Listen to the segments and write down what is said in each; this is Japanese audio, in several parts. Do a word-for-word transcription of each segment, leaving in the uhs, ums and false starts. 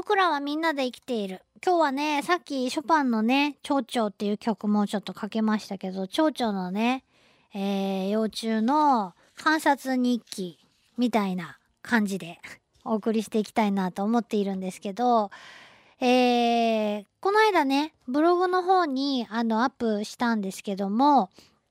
僕らはみんなで生きている。今日はね、さっきショパンのね、蝶々っていう曲もちょっとかけましたけど、蝶々のね、えー、幼虫の観察日記みたいな感じでお送りしていきたいなと思っているんですけど、えー、この間ね、ブログの方にあのアップしたんですけども、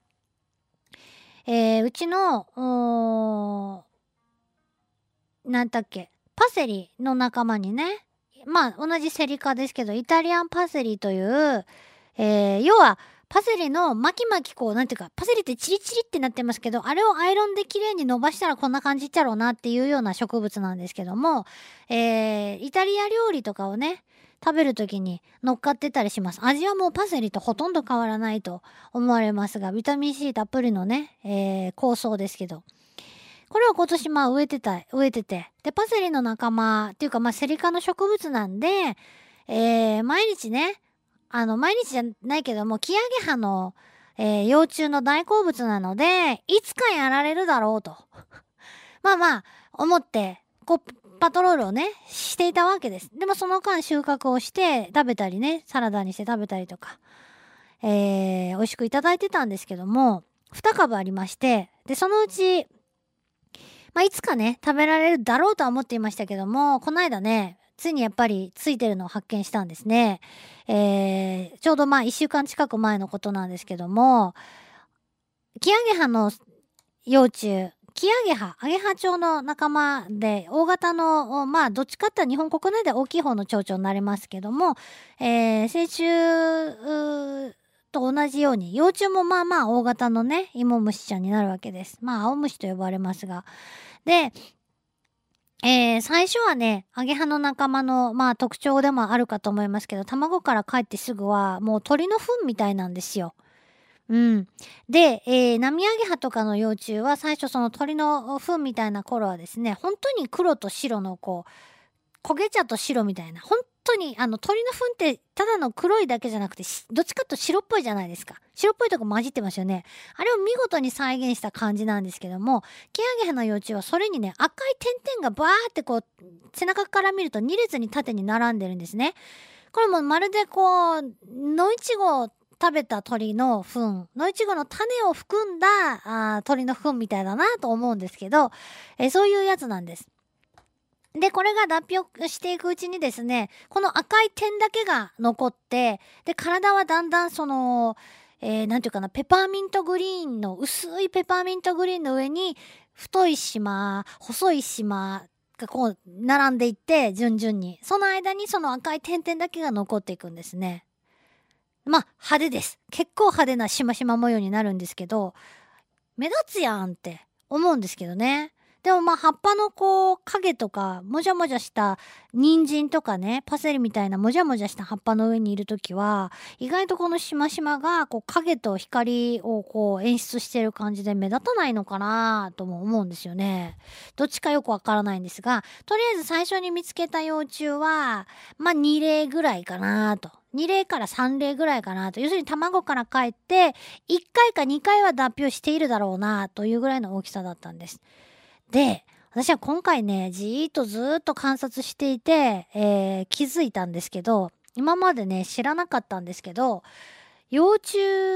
えー、うちの、おーなんだっけ、パセリの仲間にね、まあ同じセリ科ですけど、イタリアンパセリという、えー、要はパセリの巻き巻きこう、なんていうか、パセリってチリチリってなってますけど、あれをアイロンで綺麗に伸ばしたらこんな感じっちゃろうなっていうような植物なんですけども、えー、イタリア料理とかをね、食べるときに乗っかってたりします。味はもうパセリとほとんど変わらないと思われますが、ビタミン C たっぷりのね、えー、香草ですけど、これは今年まあ植えてた、植えてて。で、パセリの仲間っていうかまあセリ科の植物なんで、えー、毎日ね、あの、毎日じゃないけども、キアゲハの、えー、幼虫の大好物なので、いつかやられるだろうと。まあまあ、思って、こう、パトロールをね、していたわけです。でもその間収穫をして食べたりね、サラダにして食べたりとか、えー、美味しくいただいてたんですけども、に株ありまして、で、そのうち、まあ、いつかね、食べられるだろうとは思っていましたけども、この間ね、ついにやっぱりついてるのを発見したんですね。えー、ちょうどまあいっしゅうかん近く前のことなんですけども、キアゲハの幼虫、キアゲハ、アゲハチョウの仲間で、大型の、まあ、どっちかって日本国内で大きい方の蝶々になりますけども、えー、成虫と同じように、幼虫もまあまあ大型のね、芋虫ちゃんになるわけです。まあ、青虫と呼ばれますが。で、えー、最初はね、アゲハの仲間の、まあ特徴でもあるかと思いますけど、卵から帰ってすぐは、もう鳥の糞みたいなんですよ。うん。で、えー、ナミアゲハとかの幼虫は最初その鳥の糞みたいな頃はですね、本当に黒と白のこう、焦げ茶と白みたいな、本当にあの鳥の糞ってただの黒いだけじゃなくて、どっちかと白っぽいじゃないですか。白っぽいとこ混じってますよね。あれを見事に再現した感じなんですけども、キアゲハの幼虫はそれにね、赤い点々がバーってこう、背中から見るとに列に縦に並んでるんですね。これもまるでこう、野いちごを食べた鳥の糞、野いちごの種を含んだあ鳥の糞みたいだなと思うんですけど、えそういうやつなんです。で、これが脱皮をしていくうちにですね、この赤い点だけが残って、で、体はだんだんその、えー、なんていうかな、ペパーミントグリーンの、薄いペパーミントグリーンの上に、太い島、細い島がこう、並んでいって、順々に。その間にその赤い点々だけが残っていくんですね。まあ、派手です。結構派手なしましま模様になるんですけど、目立つやんって思うんですけどね。でもまあ葉っぱのこう影とかもじゃもじゃした人参とかね、パセリみたいなもじゃもじゃした葉っぱの上にいるときは、意外とこのしましまがこう影と光をこう演出してる感じで目立たないのかなとも思うんですよね。どっちかよくわからないんですが、とりあえず最初に見つけた幼虫は、まあに例ぐらいかなと。に例からさん例ぐらいかなと。要するに卵から帰って、いっかいかにかいは脱皮をしているだろうなというぐらいの大きさだったんです。で、私は今回ね、じーっとずーっと観察していて、えー、気づいたんですけど、今までね、知らなかったんですけど、幼虫って、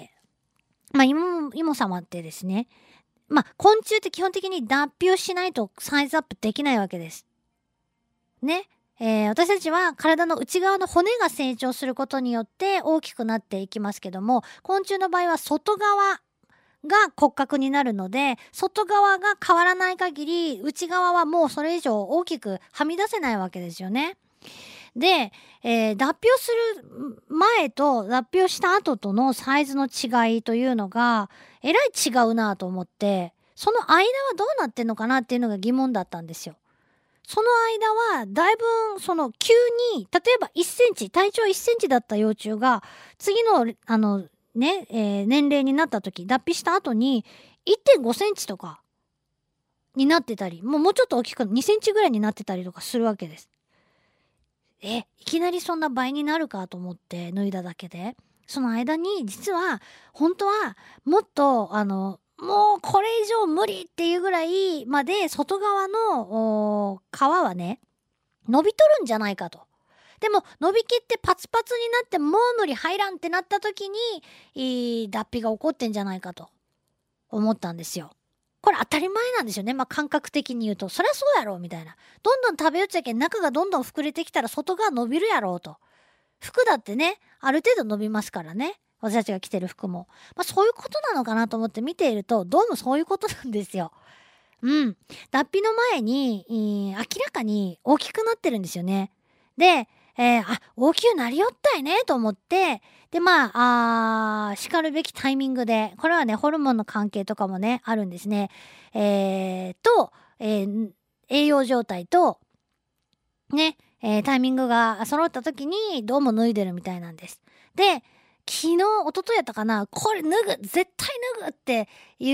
まあ、イモ、イモ様ってですね、まあ、昆虫って基本的に脱皮をしないとサイズアップできないわけです。ね。えー、私たちは体の内側の骨が成長することによって大きくなっていきますけども、昆虫の場合は外側が骨格になるので、外側が変わらない限り、内側はもうそれ以上大きくはみ出せないわけですよね。で、えー、脱皮をする前と脱皮をした後とのサイズの違いというのが、えらい違うなと思って、その間はどうなってんのかなっていうのが疑問だったんですよ。その間は、だいぶ、その、急に、例えばいっセンチ、体長いっセンチだった幼虫が、次の、あの、ね、えー年齢になった時、脱皮した後に、いってんごセンチとか、になってたり、もうもうちょっと大きく、にセンチぐらいになってたりとかするわけです。え、いきなりそんな倍になるかと思って脱いだだけで。その間に、実は、本当は、もっと、あの、もうこれ以上無理っていうぐらいまで、外側の、お皮はね、 伸びとるんじゃないかと。でも伸びきってパツパツになってもう無理入らんってなった時にいい脱皮が起こってんじゃないかと思ったんですよ。これ当たり前なんですよね。まあ感覚的に言うとそりゃそうやろみたいな。どんどん食べよっちゃけん中がどんどん膨れてきたら外側伸びるやろうと。服だってねある程度伸びますからね。私たちが着てる服も、まあ、そういうことなのかなと思って見ているとどうもそういうことなんですよ。うん。脱皮の前に、明らかに大きくなってるんですよね。で、えー、あ、大きくなりよったいねと思って、で、まあ、あ叱るべきタイミングで、これはね、ホルモンの関係とかもね、あるんですね。えー、と、えー、栄養状態と、ね、えー、タイミングが揃った時にどうも脱いでるみたいなんです。で、昨日、一昨日やったかな、これ脱ぐ、絶対脱ぐっていう、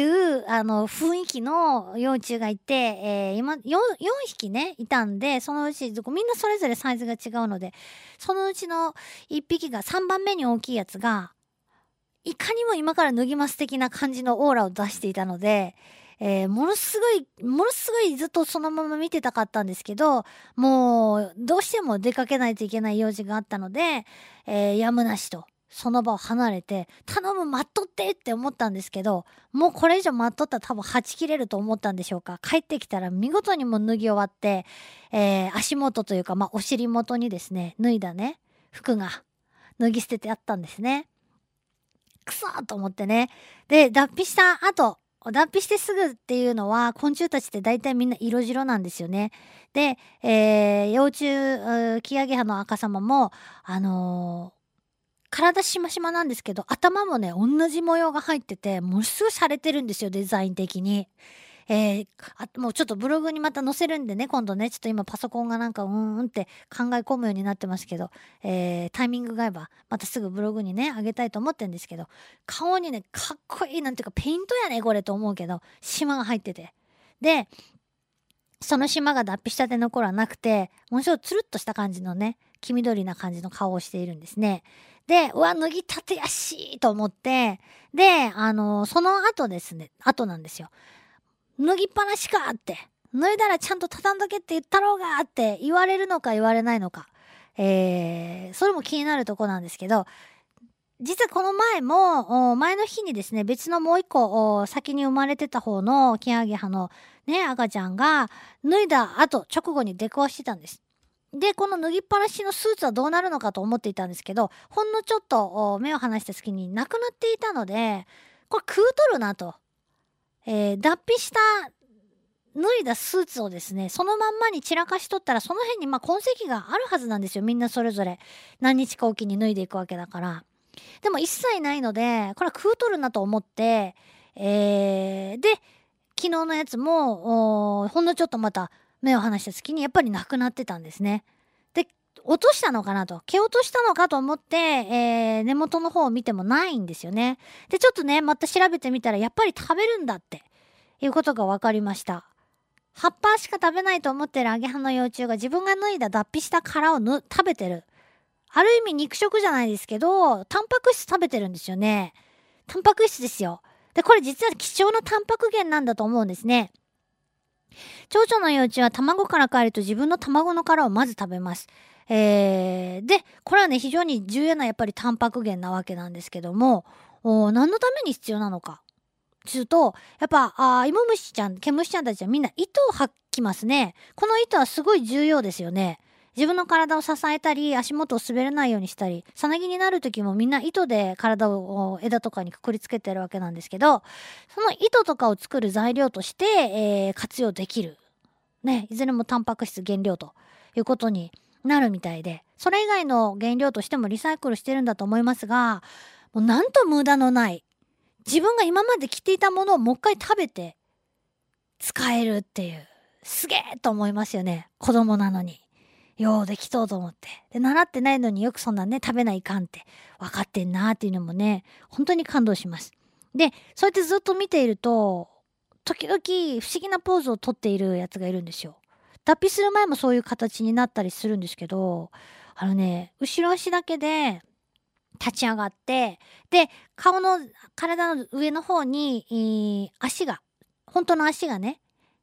あの、雰囲気の幼虫がいて、えー、今、よん、よんひきね、いたんで、そのうち、みんなそれぞれサイズが違うので、そのうちのいっぴきがさんばんめに大きいやつが、いかにも今から脱ぎます的な感じのオーラを出していたので、えー、ものすごい、ものすごいずっとそのまま見てたかったんですけど、もう、どうしても出かけないといけない用事があったので、えー、やむなしと。その場を離れて、頼む待っとってって思ったんですけど、もうこれ以上待っとったら多分はち切れると思ったんでしょうか。帰ってきたら見事にも脱ぎ終わって、えー、足元というか、まあ、お尻元にですね、脱いだね、服が脱ぎ捨ててあったんですね。くそーと思ってね。で、脱皮した後、脱皮してすぐっていうのは昆虫たちって大体みんな色白なんですよね。で、えー、幼虫、キアゲハの赤様も、あのー体しましまなんですけど、頭もね、同じ模様が入ってて、ものすごい洒落てるんですよ、デザイン的に。えー、あもうちょっとブログにまた載せるんでね、今度ね、ちょっと今パソコンがなんかうーんって考え込むようになってますけど、えー、タイミングが合えば、またすぐブログにね、あげたいと思ってるんですけど、顔にね、かっこいい、なんていうか、ペイントやね、これと思うけど、島が入ってて。で、その島が脱皮したての頃はなくて、ものすごいつるっとした感じのね、黄緑な感じの顔をしているんですね。で、うわ、脱ぎたてやしーと思って、で、あのーその後ですね、後なんですよ。脱ぎっぱなしかって、脱いだらちゃんと畳んどけって言ったろうがって言われるのか言われないのか。えー、それも気になるとこなんですけど、実はこの前も、前の日にですね、別のもう一個、先に生まれてた方のキアゲハのね、赤ちゃんが、脱いだ後、直後に出くわしてたんです。で、この脱ぎっぱなしのスーツはどうなるのかと思っていたんですけど、ほんのちょっと目を離した隙になくなっていたので、これ食うとるなと。えー、脱皮した脱いだスーツをですね、そのまんまに散らかしとったら、その辺にまあ痕跡があるはずなんですよ。みんなそれぞれ。何日かおきに脱いでいくわけだから。でも一切ないので、これは食うとるなと思って、えー、で、昨日のやつも、ほんのちょっとまた目を離した隙にやっぱりなくなってたんですね。で、落としたのかなと。蹴落としたのかと思って、えー、根元の方を見てもないんですよね。で、ちょっとね、また調べてみたら、やっぱり食べるんだっていうことが分かりました。葉っぱしか食べないと思ってるアゲハの幼虫が自分が脱いだ脱皮した殻をぬ食べてる。ある意味肉食じゃないですけど、タンパク質食べてるんですよね。タンパク質ですよ。で、これ実は貴重なタンパク源なんだと思うんですね。蝶々の幼虫は卵から帰ると自分の卵の殻をまず食べます。えー、で、これはね、非常に重要なやっぱりタンパク源なわけなんですけども、何のために必要なのか。すると、やっぱ、あイモムシちゃん、ケムシちゃんたちはみんな糸を吐きますね。この糸はすごい重要ですよね。自分の体を支えたり、足元を滑らないようにしたり、さなぎになる時もみんな糸で体を枝とかにくくりつけてるわけなんですけど、その糸とかを作る材料として、えー、活用できる。ね、いずれもタンパク質原料ということになるみたいで、それ以外の原料としてもリサイクルしてるんだと思いますが、もうなんと無駄のない、自分が今まで着ていたものをもう一回食べて使えるっていう、すげえと思いますよね。子供なのに。ようできとうと思って。で、習ってないのによくそんなね、食べないかんって分かってんなーっていうのもね、本当に感動します。で、そうやってずっと見ていると、時々不思議なポーズをとっているやつがいるんですよ。脱皮する前もそういう形になったりするんですけど、あのね、後ろ足だけで、立ち上がって、で、顔の、体の上の方に、えー足が、本当の足がね、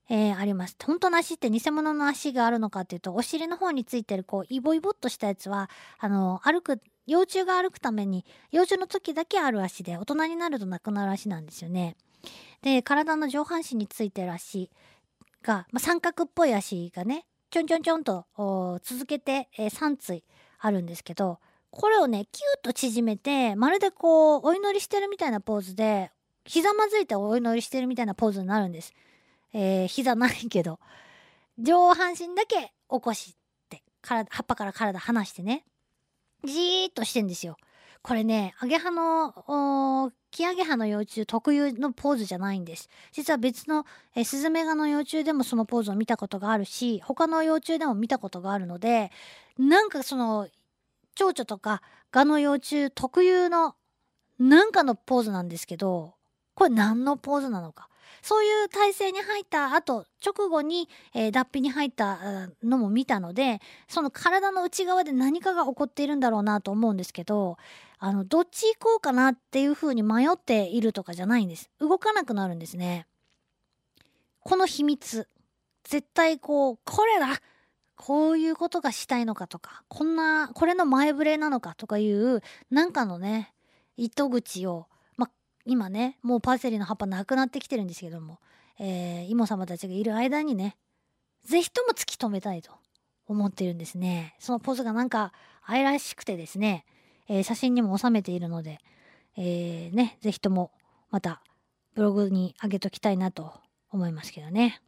えー、あります。本当の足って偽物の足があるのかっていうと、お尻の方についてるこうイボイボっとしたやつはあの歩く幼虫が歩くために幼虫の時だけある足で、大人になるとなくなる足なんですよね。で、体の上半身についてる足が、まあ、三角っぽい足がねちょんちょんちょんと続けて、えー、さん対あるんですけど、これをねキュッと縮めて、まるでこうお祈りしてるみたいなポーズで、ひざまずいてお祈りしてるみたいなポーズになるんです。えー、膝ないけど上半身だけ起こして体葉っぱから体離してね、じーっとしてんですよ。これねアゲハのキアゲハの幼虫特有のポーズじゃないんです。実は別の、えー、スズメガの幼虫でもそのポーズを見たことがあるし、他の幼虫でも見たことがあるので、なんかその蝶々とかガの幼虫特有のなんかのポーズなんですけど、これ何のポーズなのか、そういう体勢に入った後直後に、えー、脱皮に入ったのも見たので、その体の内側で何かが起こっているんだろうなと思うんですけど、あのどっち行こうかなっていう風に迷っているとかじゃないんです。動かなくなるんですね。この秘密絶対こうこれだ、こういうことがしたいのかとか、こんなこれの前触れなのかとかいうなんかのね糸口を、まあ今ねもうパセリの葉っぱなくなってきてるんですけども、えー、イモ様たちがいる間にねぜひとも突き止めたいと思ってるんですね。そのポーズがなんか愛らしくてですね、えー、写真にも収めているので、えー、ねぜひともまたブログに上げときたいなと思いますけどね。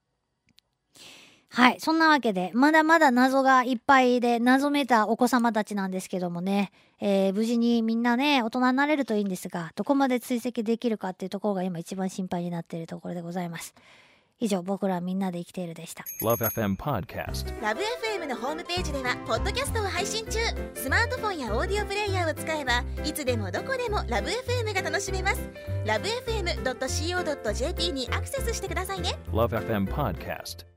はい、そんなわけでまだまだ謎がいっぱいで謎めいたお子様たちなんですけどもね、えー、無事にみんなね大人になれるといいんですが、どこまで追跡できるかっていうところが今一番心配になっているところでございます。以上、僕らみんなで生きているでした。 ラブエフエム Podcast。 ラブ エフエム のホームページではポッドキャストを配信中。スマートフォンやオーディオプレイヤーを使えばいつでもどこでもラブ エフエム が楽しめます。 ラブエフエムドットシーオードットジェーピー にアクセスしてくださいね。 ラブエフエム Podcast。